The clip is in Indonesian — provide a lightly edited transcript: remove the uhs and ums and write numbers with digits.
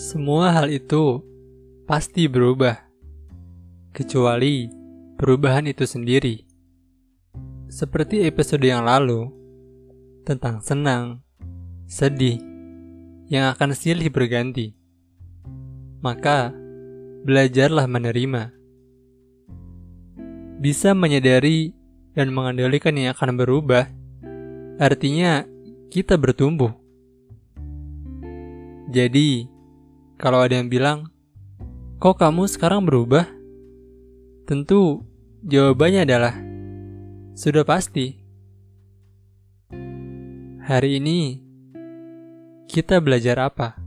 Semua hal itu pasti berubah, kecuali perubahan itu sendiri. Seperti episode yang lalu, tentang senang, sedih, yang akan silih berganti. Maka, belajarlah menerima. Bisa menyadari dan mengendalikan yang akan berubah, artinya kita bertumbuh. Jadi, kalau ada yang bilang, kok kamu sekarang berubah? Tentu jawabannya adalah, sudah pasti. Hari ini, kita belajar apa?